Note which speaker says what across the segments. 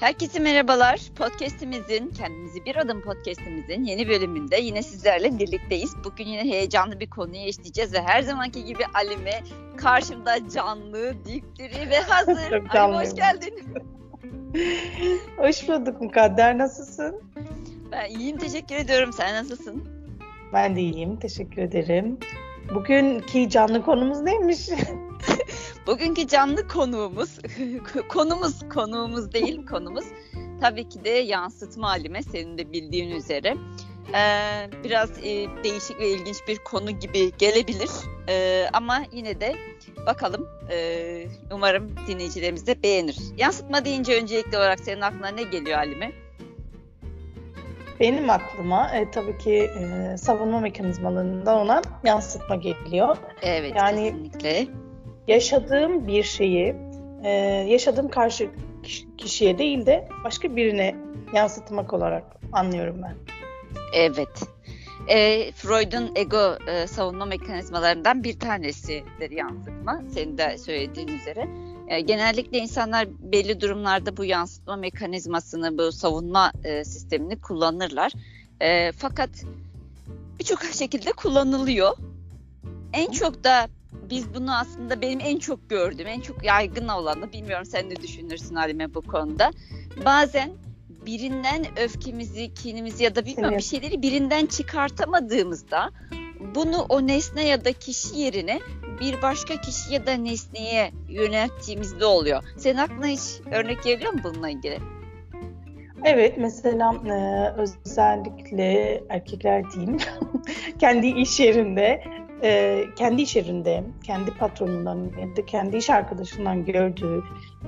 Speaker 1: Herkese merhabalar. Kendimizi Bir Adım podcastimizin yeni bölümünde yine sizlerle birlikteyiz. Bugün yine heyecanlı bir konuyu işleyeceğiz ve her zamanki gibi Alime karşımda canlı, dipdiri ve hazır.
Speaker 2: Çok
Speaker 1: Alime hoş geldin.
Speaker 2: Hoş bulduk Mukadder, nasılsın?
Speaker 1: Ben iyiyim, teşekkür ediyorum. Sen nasılsın?
Speaker 2: Ben de iyiyim, teşekkür ederim. Bugünkü canlı konumuz neymiş?
Speaker 1: Bugünkü canlı konuğumuz tabii ki de yansıtma Alime, senin de bildiğin üzere. Biraz değişik ve ilginç bir konu gibi gelebilir ama yine de bakalım, umarım dinleyicilerimiz de beğenir. Yansıtma deyince öncelikli olarak senin aklına ne geliyor Alime?
Speaker 2: Benim aklıma tabii ki savunma mekanizmalarında olan yansıtma geliyor.
Speaker 1: Evet,
Speaker 2: yani,
Speaker 1: kesinlikle.
Speaker 2: Yaşadığım bir şeyi yaşadığım karşı kişiye değil de başka birine yansıtmak olarak anlıyorum ben.
Speaker 1: Evet. Freud'un ego savunma mekanizmalarından bir tanesidir yansıtma. Senin de söylediğin üzere. Genellikle insanlar belli durumlarda bu yansıtma mekanizmasını, bu savunma sistemini kullanırlar. Fakat birçok şekilde kullanılıyor. En çok da biz bunu aslında benim en çok gördüğüm, en çok yaygın olanı, bilmiyorum sen ne düşünürsün Halime bu konuda. Bazen birinden öfkemizi, kinimizi ya da bilmiyorum bir şeyleri birinden çıkartamadığımızda bunu o nesne ya da kişi yerine bir başka kişi ya da nesneye yönelttiğimizde oluyor. Senin aklına hiç örnek geliyor mu bununla ilgili?
Speaker 2: Evet, mesela özellikle erkekler diyeyim, kendi iş yerinde, kendi patronundan ya da kendi iş arkadaşından gördüğü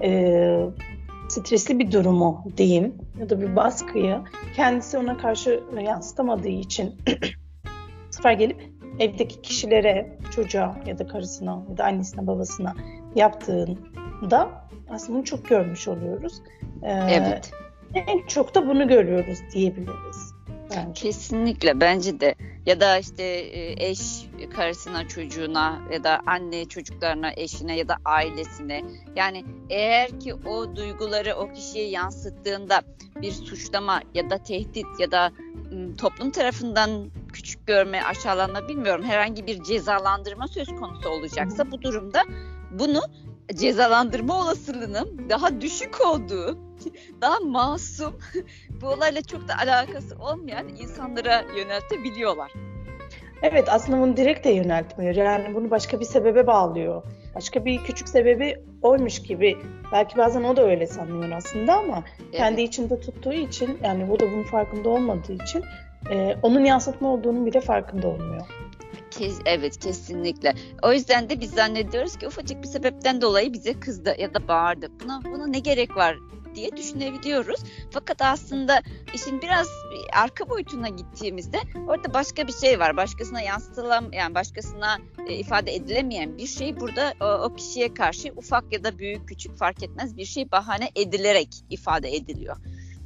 Speaker 2: stresli bir durumu diyeyim ya da bir baskıyı kendisi ona karşı yansıtamadığı için bu sefer gelip evdeki kişilere, çocuğa ya da karısına ya da annesine, babasına yaptığında aslında bunu çok görmüş oluyoruz.
Speaker 1: Evet.
Speaker 2: En çok da bunu görüyoruz diyebiliriz.
Speaker 1: Bence. Kesinlikle, bence de. Ya da işte eş karısına, çocuğuna ya da anne çocuklarına, eşine ya da ailesine. Yani eğer ki o duyguları o kişiye yansıttığında bir suçlama ya da tehdit ya da toplum tarafından küçük görme, aşağılanma, bilmiyorum, herhangi bir cezalandırma söz konusu olacaksa bu durumda bunu cezalandırma olasılığının daha düşük olduğu, daha masum, bu olayla çok da alakası olmayan insanlara yöneltebiliyorlar.
Speaker 2: Evet, aslında bunu direkt de yöneltmiyor. Yani bunu başka bir sebebe bağlıyor. Başka bir küçük sebebi oymuş gibi. Belki bazen o da öyle sanıyor aslında ama kendi içinde tuttuğu için, yani o da bunun farkında olmadığı için onun yansıtma olduğunun bile farkında olmuyor.
Speaker 1: Evet, kesinlikle. O yüzden de biz zannediyoruz ki ufacık bir sebepten dolayı bize kızdı ya da bağırdı. Buna ne gerek var diye düşünebiliyoruz. Fakat aslında işin biraz arka boyutuna gittiğimizde orada başka bir şey var. Başkasına yani başkasına ifade edilemeyen bir şey burada o kişiye karşı ufak ya da büyük, küçük fark etmez bir şey bahane edilerek ifade ediliyor.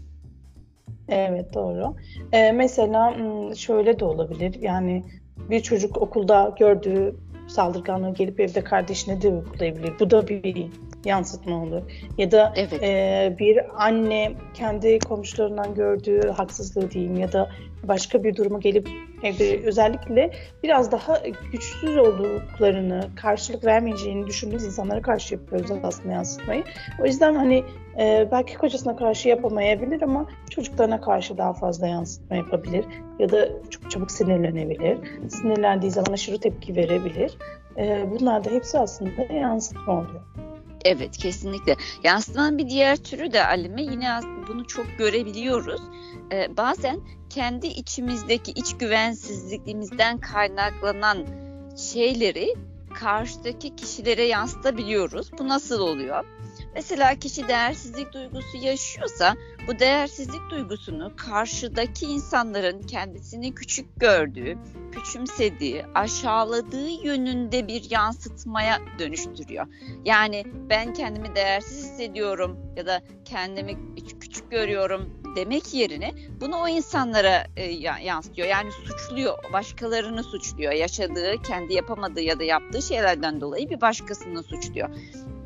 Speaker 2: Evet, doğru. Mesela şöyle de olabilir. Yani bir çocuk okulda gördüğü saldırganlığı gelip evde kardeşine de uygulayabilir. Bu da bir yansıtma olur. Ya da bir anne kendi komşularından gördüğü haksızlığı diyeyim ya da başka bir duruma gelip evde özellikle biraz daha güçsüz olduklarını, karşılık vermeyeceğini düşündüğümüz insanlara karşı yapıyoruz aslında yansıtmayı. O yüzden belki kocasına karşı yapamayabilir ama çocuklarına karşı daha fazla yansıtma yapabilir ya da çok çabuk sinirlenebilir. Sinirlendiği zaman aşırı tepki verebilir. Bunlar da hepsi aslında yansıtma oluyor.
Speaker 1: Evet, kesinlikle. Yansıtmanın bir diğer türü de Alime, yine bunu çok görebiliyoruz. Bazen kendi içimizdeki iç güvensizliğimizden kaynaklanan şeyleri karşıdaki kişilere yansıtabiliyoruz. Bu nasıl oluyor? Mesela kişi değersizlik duygusu yaşıyorsa bu değersizlik duygusunu karşıdaki insanların kendisini küçük gördüğü, küçümsediği, aşağıladığı yönünde bir yansıtmaya dönüştürüyor. Yani ben kendimi değersiz hissediyorum ya da kendimi küçük görüyorum demek yerine bunu o insanlara yansıtıyor. Yani suçluyor, başkalarını suçluyor. Yaşadığı, kendi yapamadığı ya da yaptığı şeylerden dolayı bir başkasını suçluyor.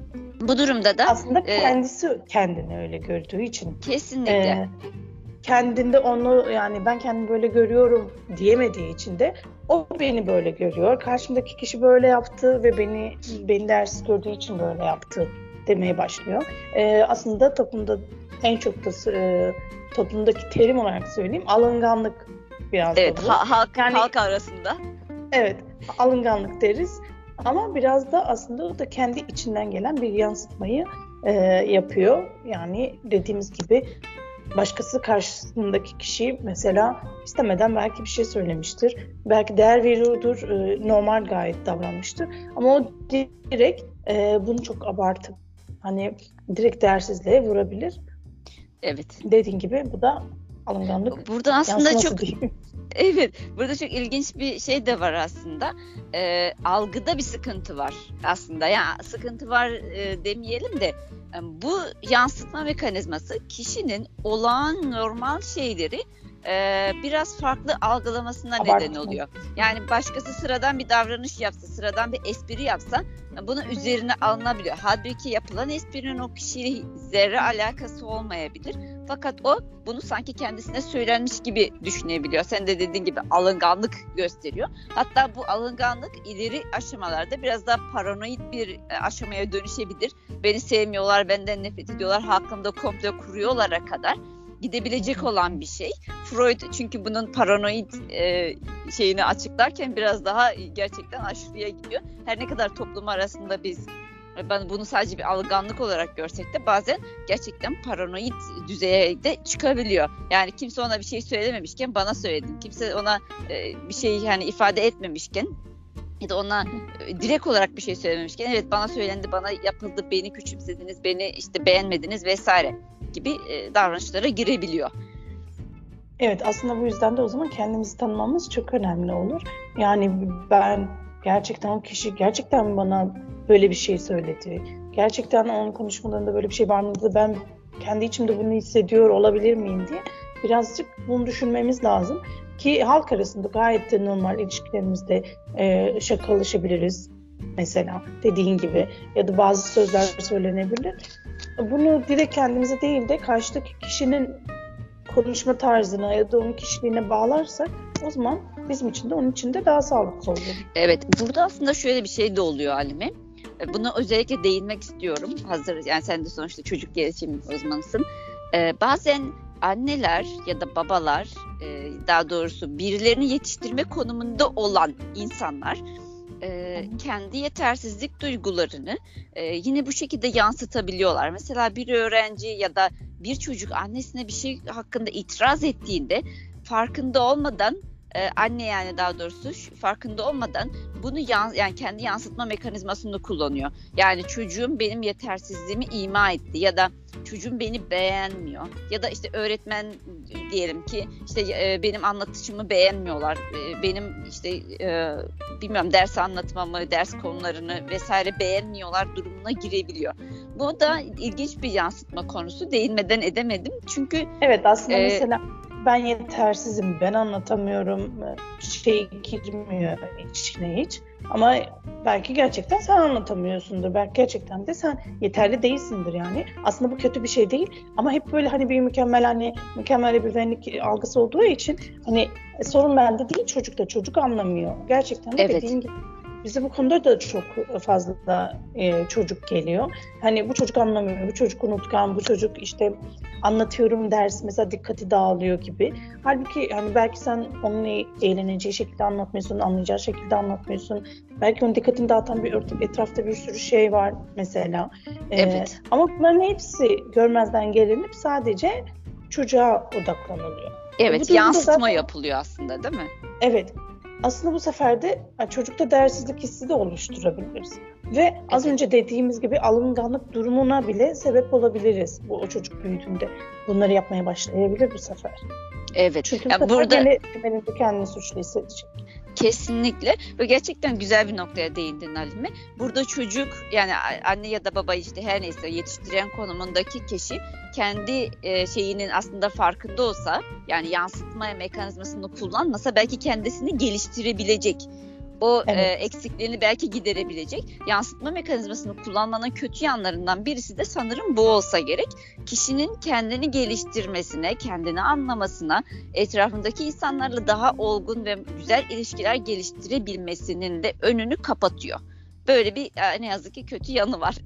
Speaker 1: Bu durumda da
Speaker 2: aslında kendisi kendini öyle gördüğü için.
Speaker 1: Kesinlikle.
Speaker 2: Kendinde onu, yani ben kendimi böyle görüyorum diyemediği için de o beni böyle görüyor. Karşımdaki kişi böyle yaptı ve beni değersiz gördüğü için böyle yaptı demeye başlıyor. Aslında toplumda en çok da toplumdaki terim olarak söyleyeyim, alınganlık biraz
Speaker 1: evet,
Speaker 2: da bu.
Speaker 1: Halk arasında.
Speaker 2: Evet, alınganlık deriz. Ama biraz da aslında o da kendi içinden gelen bir yansıtmayı yapıyor. Yani dediğimiz gibi başkası karşısındaki kişi mesela istemeden belki bir şey söylemiştir. Belki değer veriyordur, normal gayet davranmıştır. Ama o direkt bunu çok abartıp hani direkt değersizliğe vurabilir.
Speaker 1: Evet.
Speaker 2: Dediğin gibi bu da alınganlık.
Speaker 1: Burada aslında çok
Speaker 2: diyeyim.
Speaker 1: Evet, burada çok ilginç bir şey de var aslında. Algıda bir sıkıntı var aslında. Yani sıkıntı var demeyelim de bu yansıtma mekanizması kişinin olağan normal şeyleri biraz farklı algılamasına neden oluyor. Yani başkası sıradan bir davranış yapsa, sıradan bir espri yapsa bunun üzerine alınabiliyor. Halbuki yapılan esprinin o kişiyle zerre alakası olmayabilir. Fakat o bunu sanki kendisine söylenmiş gibi düşünebiliyor. Sen de dediğin gibi alınganlık gösteriyor. Hatta bu alınganlık ileri aşamalarda biraz daha paranoid bir aşamaya dönüşebilir. Beni sevmiyorlar, benden nefret ediyorlar, hakkımda komplo kuruyorlara kadar gidebilecek olan bir şey. Freud çünkü bunun paranoid şeyini açıklarken biraz daha gerçekten aşırıya gidiyor. Her ne kadar toplum arasında biz bunu sadece bir alınganlık olarak görsek de bazen gerçekten paranoid düzeye de çıkabiliyor. Yani kimse ona bir şey söylememişken bana söyledin. Kimse ona bir şey yani ifade etmemişken ya da ona direkt olarak bir şey söylememişken evet bana söylendi, bana yapıldı, beni küçümsediniz, beni işte beğenmediniz vesaire gibi davranışlara girebiliyor.
Speaker 2: Evet, aslında bu yüzden de o zaman kendimizi tanımamız çok önemli olur. Yani ben gerçekten o kişi gerçekten bana böyle bir şey söyledi. Gerçekten onun konuşmalarında böyle bir şey var mıydı? Ben kendi içimde bunu hissediyor olabilir miyim diye birazcık bunu düşünmemiz lazım. Ki halk arasında gayet de normal ilişkilerimizde şakalaşabiliriz. Mesela dediğin gibi ya da bazı sözler söylenebilir. Bunu direkt kendimize değil de karşıdaki kişinin konuşma tarzına ya da onun kişiliğine bağlarsak o zaman bizim için de onun için de daha sağlıklı olur.
Speaker 1: Evet, burada aslında şöyle bir şey de oluyor Halime. Buna özellikle değinmek istiyorum. Hazır, yani sen de sonuçta çocuk gelişimi uzmanısın. Bazen anneler ya da babalar, daha doğrusu birilerini yetiştirme konumunda olan insanlar kendi yetersizlik duygularını yine bu şekilde yansıtabiliyorlar. Mesela bir öğrenci ya da bir çocuk annesine bir şey hakkında itiraz ettiğinde farkında olmadan anne yani daha doğrusu farkında olmadan bunu yani kendi yansıtma mekanizmasını kullanıyor. Yani çocuğum benim yetersizliğimi ima etti ya da çocuğum beni beğenmiyor ya da işte öğretmen diyelim ki işte benim anlatışımı beğenmiyorlar. Benim işte bilmiyorum ders anlatmamı, ders konularını vesaire beğenmiyorlar durumuna girebiliyor. Bu da ilginç bir yansıtma konusu. Değinmeden edemedim. Çünkü
Speaker 2: evet aslında mesela ben yetersizim, ben anlatamıyorum girmiyor içine hiç. Ama belki gerçekten sen anlatamıyorsundur. Belki gerçekten de sen yeterli değilsindir yani. Aslında bu kötü bir şey değil. Ama hep böyle hani bir mükemmel bir benlik algısı olduğu için hani sorun bende değil, çocuk anlamıyor. Gerçekten de
Speaker 1: evet.
Speaker 2: Dediğin gibi. Bize bu konuda da çok fazla çocuk geliyor. Hani bu çocuk anlamıyor, bu çocuk unutkan, bu çocuk işte anlatıyorum ders mesela dikkati dağılıyor gibi. Halbuki hani belki sen onun eğleneceği şekilde anlatmıyorsun, anlayacağı şekilde anlatmıyorsun. Belki onun dikkatini dağıtan etrafta bir sürü şey var mesela.
Speaker 1: Evet.
Speaker 2: Ama bunların hepsi görmezden gelinip sadece çocuğa odaklanılıyor.
Speaker 1: Evet, yansıtma yapılıyor aslında değil mi?
Speaker 2: Evet. Aslında bu sefer de çocukta değersizlik hissi de oluşturabiliriz. Ve az önce dediğimiz gibi alınganlık durumuna bile sebep olabiliriz. O çocuk büyüdüğünde bunları yapmaya başlayabilir bu sefer.
Speaker 1: Evet.
Speaker 2: Çünkü yani burada temelinde kendini suçlu hissedecek.
Speaker 1: Kesinlikle ve gerçekten güzel bir noktaya değindin Halime. Burada çocuk yani anne ya da baba işte her neyse yetiştiren konumundaki kişi kendi şeyinin aslında farkında olsa yani yansıtma mekanizmasını kullanmasa belki kendisini geliştirebilecek. o
Speaker 2: Evet.
Speaker 1: eksikliğini belki giderebilecek. Yansıtma mekanizmasını kullanmanın kötü yanlarından birisi de sanırım bu olsa gerek. Kişinin kendini geliştirmesine, kendini anlamasına, etrafındaki insanlarla daha olgun ve güzel ilişkiler geliştirebilmesinin de önünü kapatıyor. Böyle bir ne yazık ki kötü yanı var.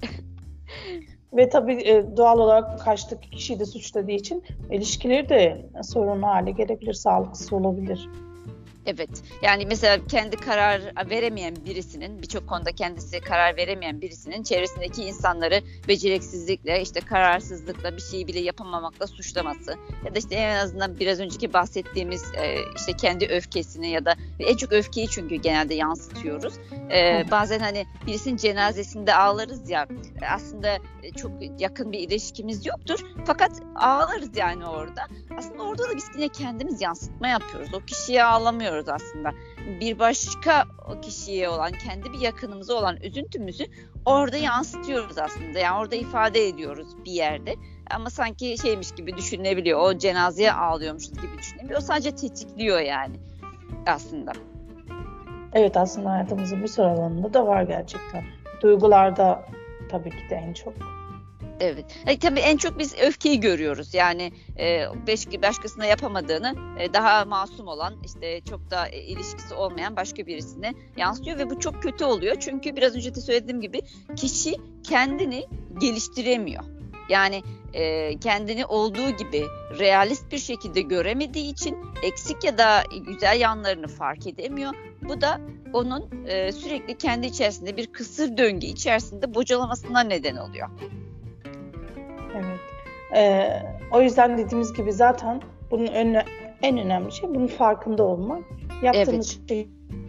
Speaker 2: Ve tabii doğal olarak karşıdaki kişiyi de suçladığı için ilişkileri de sorunlu hale gelebilir, sağlıksız olabilir.
Speaker 1: Evet. Yani mesela kendi karar veremeyen birisinin, birçok konuda kendisi karar veremeyen birisinin çevresindeki insanları beceriksizlikle, işte kararsızlıkla, bir şeyi bile yapamamakla suçlaması ya da işte en azından biraz önceki bahsettiğimiz işte kendi öfkesini ya da en çok öfkeyi çünkü genelde yansıtıyoruz. Bazen hani birisinin cenazesinde ağlarız ya, aslında çok yakın bir ilişkimiz yoktur fakat ağlarız yani orada. Aslında orada da biz yine kendimiz yansıtma yapıyoruz. O kişiye ağlamıyoruz aslında. Bir başka o kişiye olan, kendi bir yakınımıza olan üzüntümüzü orada yansıtıyoruz aslında. Yani orada ifade ediyoruz bir yerde. Ama sanki şeymiş gibi düşünülebiliyor. O cenazeye ağlıyormuşuz gibi düşünülebiliyor. O sadece tetikliyor yani aslında.
Speaker 2: Evet, aslında hayatımızın bir sürü alanında da var gerçekten. Duygularda tabii ki de en çok.
Speaker 1: Evet. Tabii en çok biz öfkeyi görüyoruz. Yani başkasına yapamadığını daha masum olan, işte çok da ilişkisi olmayan başka birisine yansıtıyor ve bu çok kötü oluyor. Çünkü biraz önce de söylediğim gibi kişi kendini geliştiremiyor. Yani kendini olduğu gibi realist bir şekilde göremediği için eksik ya da güzel yanlarını fark edemiyor. Bu da onun sürekli kendi içerisinde bir kısır döngü içerisinde bocalamasına neden oluyor.
Speaker 2: Evet. O yüzden dediğimiz gibi zaten bunun en önemli şey bunun farkında olmak. Yaptığımız şey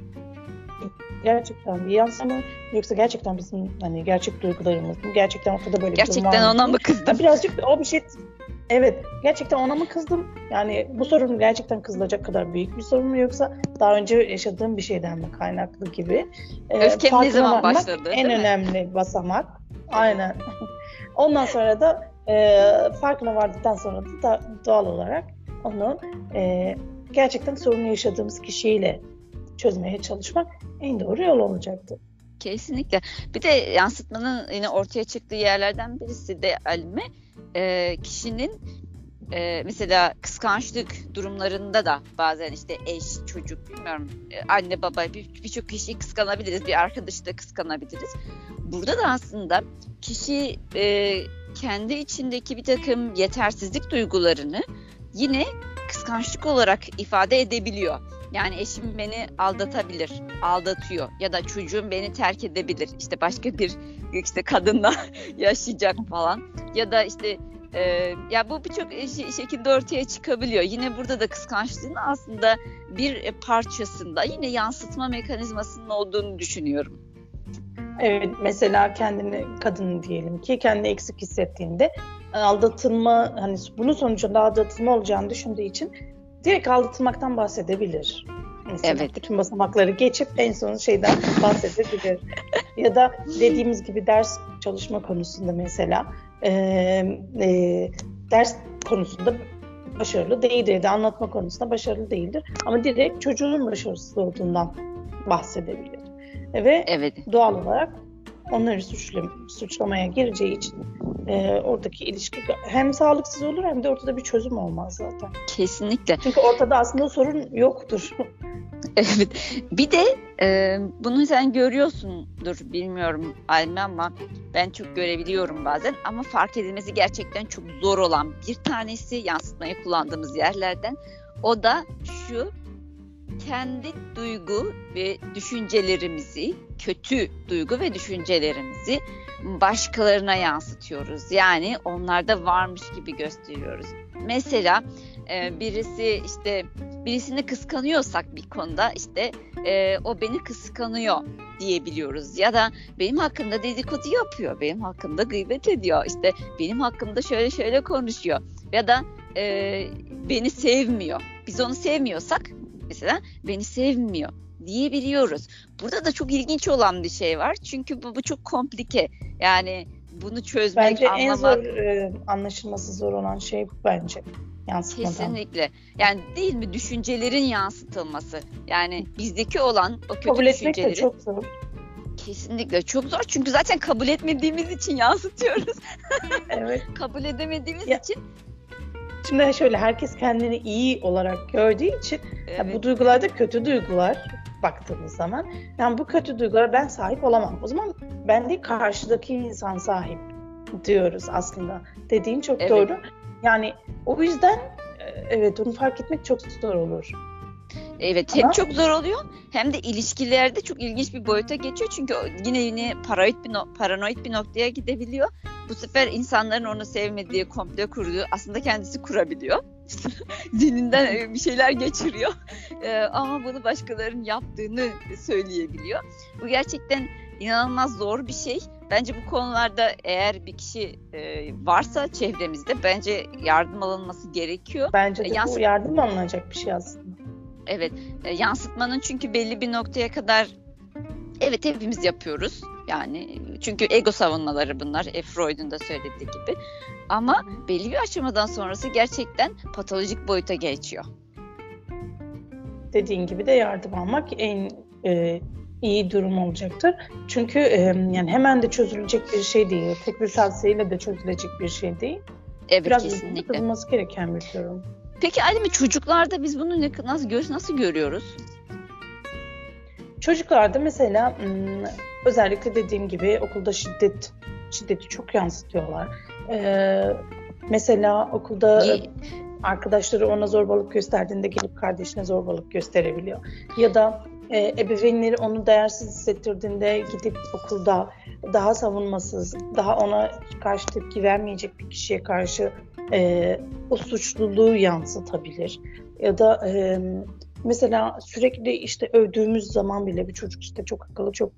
Speaker 2: gerçekten bir yansıma yoksa gerçekten bizim hani gerçek duygularımız mı? Gerçekten ortada böyle bir durum var mı?
Speaker 1: Gerçekten ona mı kızdım?
Speaker 2: Birazcık o bir şey. Evet, gerçekten ona mı kızdım? Yani bu sorun gerçekten kızılacak kadar büyük bir sorun mu yoksa daha önce yaşadığım bir şeyden mi kaynaklı gibi?
Speaker 1: Öfkenin ne zaman başladı?
Speaker 2: En önemli basamak. Aynen. Ondan sonra da farkına vardıktan sonra da doğal olarak onu gerçekten sorunu yaşadığımız kişiyle çözmeye çalışmak en doğru yol olacaktı.
Speaker 1: Kesinlikle. Bir de yansıtmanın yine ortaya çıktığı yerlerden birisi de Alime, kişinin mesela kıskançlık durumlarında da bazen işte eş, çocuk, bilmiyorum, anne, baba, birçok kişiyi kıskanabiliriz, bir arkadaşı da kıskanabiliriz. Burada da aslında kişi kendi içindeki bir takım yetersizlik duygularını yine kıskançlık olarak ifade edebiliyor. Yani eşim beni aldatabilir, aldatıyor ya da çocuğum beni terk edebilir. İşte başka bir işte kadınla yaşayacak falan. Ya da işte ya bu birçok şekilde ortaya çıkabiliyor. Yine burada da kıskançlığın aslında bir parçasında yine yansıtma mekanizmasının olduğunu düşünüyorum.
Speaker 2: Evet, mesela kendini kadın diyelim ki kendini eksik hissettiğinde aldatılma, hani bunun sonucunda aldatılma olacağını düşündüğü için direkt aldatılmaktan bahsedebilir. Mesela
Speaker 1: evet.
Speaker 2: Bütün basamakları geçip en son şeyden bahsedebilir. Ya da dediğimiz gibi ders çalışma konusunda mesela ders konusunda başarılı değildir ya da anlatma konusunda başarılı değildir. Ama direkt çocuğun başarısız olduğundan bahsedebilir. Ve
Speaker 1: evet.
Speaker 2: Doğal olarak onları suçlamaya gireceği için oradaki ilişki hem sağlıksız olur hem de ortada bir çözüm olmaz zaten.
Speaker 1: Kesinlikle.
Speaker 2: Çünkü ortada aslında sorun yoktur.
Speaker 1: Evet. Bir de bunu sen görüyorsundur, bilmiyorum Alme, ama ben çok görebiliyorum bazen. Ama fark edilmesi gerçekten çok zor olan bir tanesi yansıtmayı kullandığımız yerlerden. O da şu: kendi duygu ve düşüncelerimizi, kötü duygu ve düşüncelerimizi başkalarına yansıtıyoruz. Yani onlarda varmış gibi gösteriyoruz. Mesela birisini kıskanıyorsak bir konuda işte o beni kıskanıyor diyebiliyoruz. Ya da benim hakkımda dedikodu yapıyor, benim hakkımda gıybet ediyor, işte benim hakkımda şöyle konuşuyor ya da beni sevmiyor. Biz onu sevmiyorsak mesela beni sevmiyor diyebiliyoruz. Burada da çok ilginç olan bir şey var. Çünkü bu çok komplike. Yani bunu çözmek,
Speaker 2: Bence en
Speaker 1: anlamak.
Speaker 2: zor anlaşılması zor olan şey bu bence. Yansıtmadan.
Speaker 1: Kesinlikle. Yani değil mi, düşüncelerin yansıtılması. Yani bizdeki olan o kötü
Speaker 2: Kabul etmek de
Speaker 1: düşünceleri
Speaker 2: çok zor.
Speaker 1: kesinlikle çok zor. Çünkü zaten kabul etmediğimiz için yansıtıyoruz.
Speaker 2: Evet.
Speaker 1: Kabul edemediğimiz
Speaker 2: Ya,
Speaker 1: için.
Speaker 2: Şimdi şöyle, herkes kendini iyi olarak gördüğü için
Speaker 1: Evet.
Speaker 2: bu duygular da kötü duygular baktığımız zaman. Yani bu kötü duygulara ben sahip olamam. O zaman ben değil, karşıdaki insan sahip diyoruz aslında. Dediğin çok
Speaker 1: Evet.
Speaker 2: doğru. Yani o yüzden evet, onu fark etmek çok zor olur.
Speaker 1: Evet, hem çok zor oluyor hem de ilişkilerde çok ilginç bir boyuta geçiyor. Çünkü yine paranoid bir noktaya gidebiliyor. Bu sefer insanların onu sevmediği, komple kurduğu, aslında kendisi kurabiliyor. Zihninden bir şeyler geçiriyor. Ama bunu başkalarının yaptığını söyleyebiliyor. Bu gerçekten inanılmaz zor bir şey. Bence bu konularda eğer bir kişi varsa çevremizde, bence yardım alınması gerekiyor.
Speaker 2: Bence de bu yardım alınacak bir şey aslında.
Speaker 1: Evet, yansıtmanın çünkü belli bir noktaya kadar evet hepimiz yapıyoruz. Yani çünkü ego savunmaları bunlar, Freud'un da söylediği gibi. Ama belli bir aşamadan sonrası gerçekten patolojik boyuta geçiyor.
Speaker 2: Dediğin gibi de yardım almak en iyi durum olacaktır. Çünkü yani hemen de çözülecek bir şey değil. Tek bir tavsiyeyle de çözülecek bir şey değil.
Speaker 1: Evet,
Speaker 2: biraz
Speaker 1: kesinlikle.
Speaker 2: bulunması gereken bir durum.
Speaker 1: Peki Alime, çocuklarda biz bunu nasıl görüyoruz?
Speaker 2: Çocuklarda mesela özellikle dediğim gibi okulda şiddeti çok yansıtıyorlar. Mesela okulda arkadaşları ona zorbalık gösterdiğinde gelip kardeşine zorbalık gösterebiliyor. Ya da ebeveynleri onu değersiz hissettirdiğinde gidip okulda daha savunmasız, daha ona karşı tepki vermeyecek bir kişiye karşı o suçluluğu yansıtabilir. Ya da mesela sürekli işte övdüğümüz zaman bile bir çocuk işte çok akıllı, çok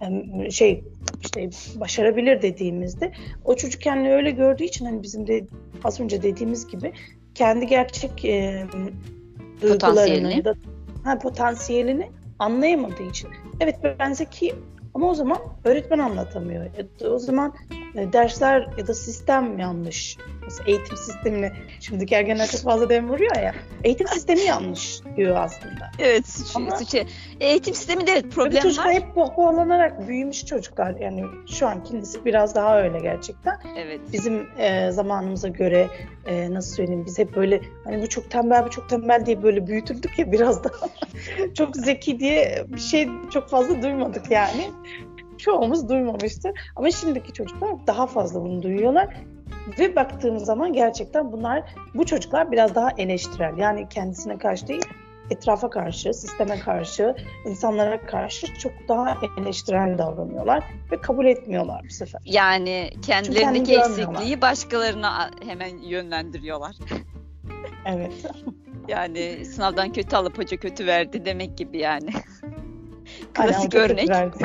Speaker 2: işte başarabilir dediğimizde o çocuk kendini öyle gördüğü için, hani bizim de az önce dediğimiz gibi kendi gerçek duygularını ya da potansiyelini anlayamadığı için, evet ben zekiyim ama o zaman öğretmen anlatamıyor. O zaman dersler ya da sistem yanlış. Mesela eğitim sistemini, şimdiki ergenler çok fazla dem vuruyor ya. Eğitim sistemi yanlış diyor aslında.
Speaker 1: Evet, eğitim sistemi de problem var.
Speaker 2: Çocuklar hep pohpohlanarak büyümüş çocuklar. Yani şu anki nesil biraz daha öyle gerçekten.
Speaker 1: Evet.
Speaker 2: Bizim zamanımıza göre nasıl söyleyeyim, biz hep böyle hani bu çok tembel diye böyle büyütüldük ya, biraz daha çok zeki diye bir şey çok fazla duymadık yani. Çoğumuz duymamıştır. Ama şimdiki çocuklar daha fazla bunu duyuyorlar. Ve baktığımız zaman gerçekten bu çocuklar biraz daha eleştirel. Yani kendisine karşı değil, etrafa karşı, sisteme karşı, insanlara karşı çok daha eleştirel davranıyorlar ve kabul etmiyorlar bu sefer.
Speaker 1: Yani kendilerindeki eksikliği başkalarına hemen yönlendiriyorlar.
Speaker 2: Evet.
Speaker 1: Yani sınavdan kötü alıp hoca kötü verdi demek gibi yani.
Speaker 2: Klasik örnek.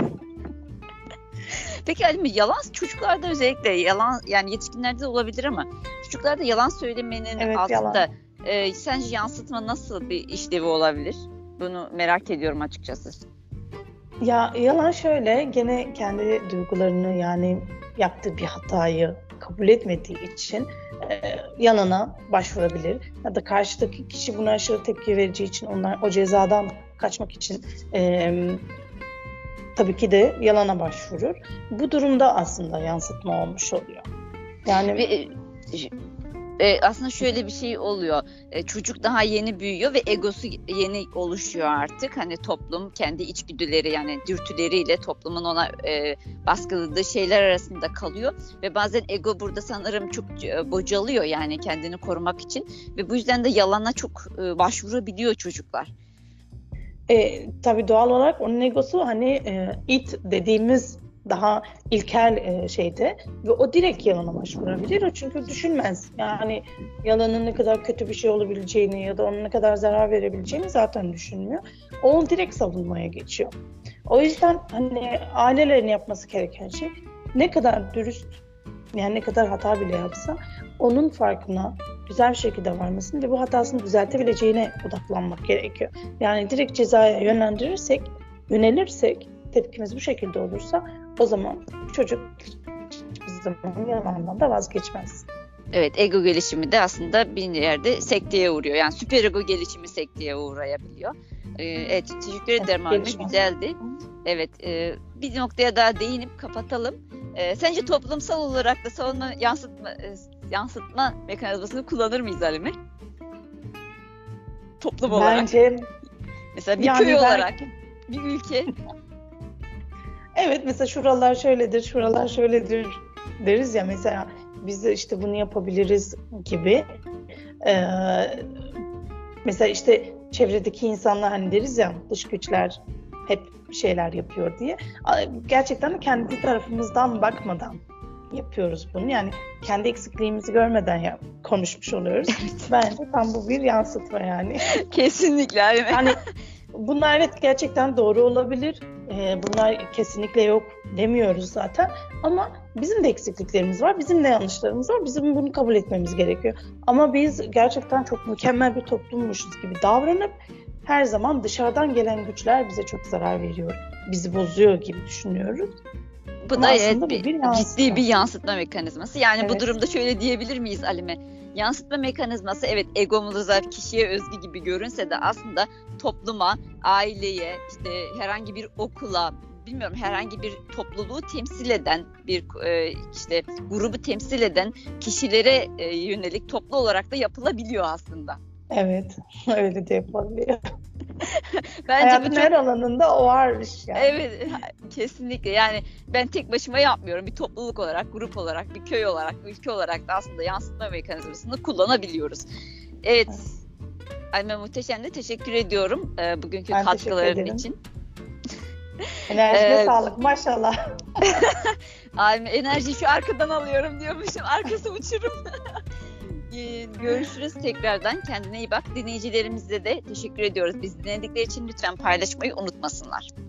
Speaker 1: Peki Alime, yalan çocuklarda özellikle yalan, yani yetişkinlerde de olabilir ama çocuklarda yalan söylemenin altında sence yansıtma nasıl bir işlevi olabilir? Bunu merak ediyorum açıkçası.
Speaker 2: Ya yalan şöyle, gene kendi duygularını, yani yaptığı bir hatayı kabul etmediği için yalana başvurabilir. Ya da karşıdaki kişi buna aşırı tepki vereceği için, onlar o cezadan kaçmak için tabii ki de yalana başvurur. Bu durumda aslında yansıtma olmuş oluyor. Yani
Speaker 1: aslında şöyle bir şey oluyor. Çocuk daha yeni büyüyor ve egosu yeni oluşuyor artık. Hani toplum kendi içgüdüleri, yani dürtüleriyle toplumun ona baskıladığı şeyler arasında kalıyor ve bazen ego burada sanırım çok bocalıyor, yani kendini korumak için ve bu yüzden de yalana çok başvurabiliyor çocuklar.
Speaker 2: Tabii doğal olarak onun egosu hani it dediğimiz daha ilkel şeyde ve o direkt yalana başvurabilir. O çünkü düşünmez. Yani yalanın ne kadar kötü bir şey olabileceğini ya da ona ne kadar zarar verebileceğini zaten düşünmüyor. O direkt savunmaya geçiyor. O yüzden hani ailelerin yapması gereken şey, ne kadar dürüst, yani ne kadar hata bile yapsa onun farkına güzel bir şekilde varmasın ve bu hatasını düzeltebileceğine odaklanmak gerekiyor. Yani direkt cezaya yönelirsek, tepkimiz bu şekilde olursa o zaman çocuk zaman yalandan da vazgeçmez.
Speaker 1: Evet, ego gelişimi de aslında bir yerde sekteye uğruyor. Yani süper ego gelişimi sekteye uğrayabiliyor. Evet, teşekkür ederim Alme, güzeldi. Evet, bir noktaya daha değinip kapatalım. Sence toplumsal olarak da savunma yansıtma mekanizmasını kullanır mıyız Alme? Toplum olarak.
Speaker 2: Bence
Speaker 1: mesela bir köy olarak, bir ülke.
Speaker 2: Evet, mesela şuralar şöyledir, şuralar şöyledir deriz ya, mesela biz de işte bunu yapabiliriz gibi. Mesela işte çevredeki insanlar hani deriz ya, dış güçler hep şeyler yapıyor diye. Gerçekten de kendi tarafımızdan bakmadan yapıyoruz bunu. Yani kendi eksikliğimizi görmeden konuşmuş oluyoruz. Bence tam bu bir yansıtma yani.
Speaker 1: Kesinlikle.
Speaker 2: Yani bunlar evet gerçekten doğru olabilir. Bunlar kesinlikle yok demiyoruz zaten. Ama bizim de eksikliklerimiz var, bizim de yanlışlarımız var. Bizim bunu kabul etmemiz gerekiyor. Ama biz gerçekten çok mükemmel bir toplummuşuz gibi davranıp her zaman dışarıdan gelen güçler bize çok zarar veriyor, bizi bozuyor gibi düşünüyoruz.
Speaker 1: Bu da evet ciddi bir yansıtma mekanizması. Yani evet. Bu durumda şöyle diyebilir miyiz Alime? Yansıtma mekanizması evet egomuza, kişiye özgü gibi görünse de aslında topluma, aileye, işte herhangi bir okula, bilmiyorum herhangi bir topluluğu temsil eden bir işte grubu temsil eden kişilere yönelik toplu olarak da yapılabiliyor aslında.
Speaker 2: Evet, öyle de yapılabiliyor.
Speaker 1: Bence
Speaker 2: hayatın her alanında o varmış yani.
Speaker 1: Evet, kesinlikle. Yani ben tek başıma yapmıyorum. Bir topluluk olarak, grup olarak, bir köy olarak, ülke olarak da aslında yansıtma mekanizmasını kullanabiliyoruz. Evet. Alme Muhteşem'de teşekkür ediyorum bugünkü katkıların için.
Speaker 2: Enerjine sağlık maşallah.
Speaker 1: Alme enerjiyi şu arkadan alıyorum diyormuşum. Arkası uçurum. Görüşürüz tekrardan. Kendine iyi bak. Dinleyicilerimize de teşekkür ediyoruz. Biz dinledikleri için lütfen paylaşmayı unutmasınlar.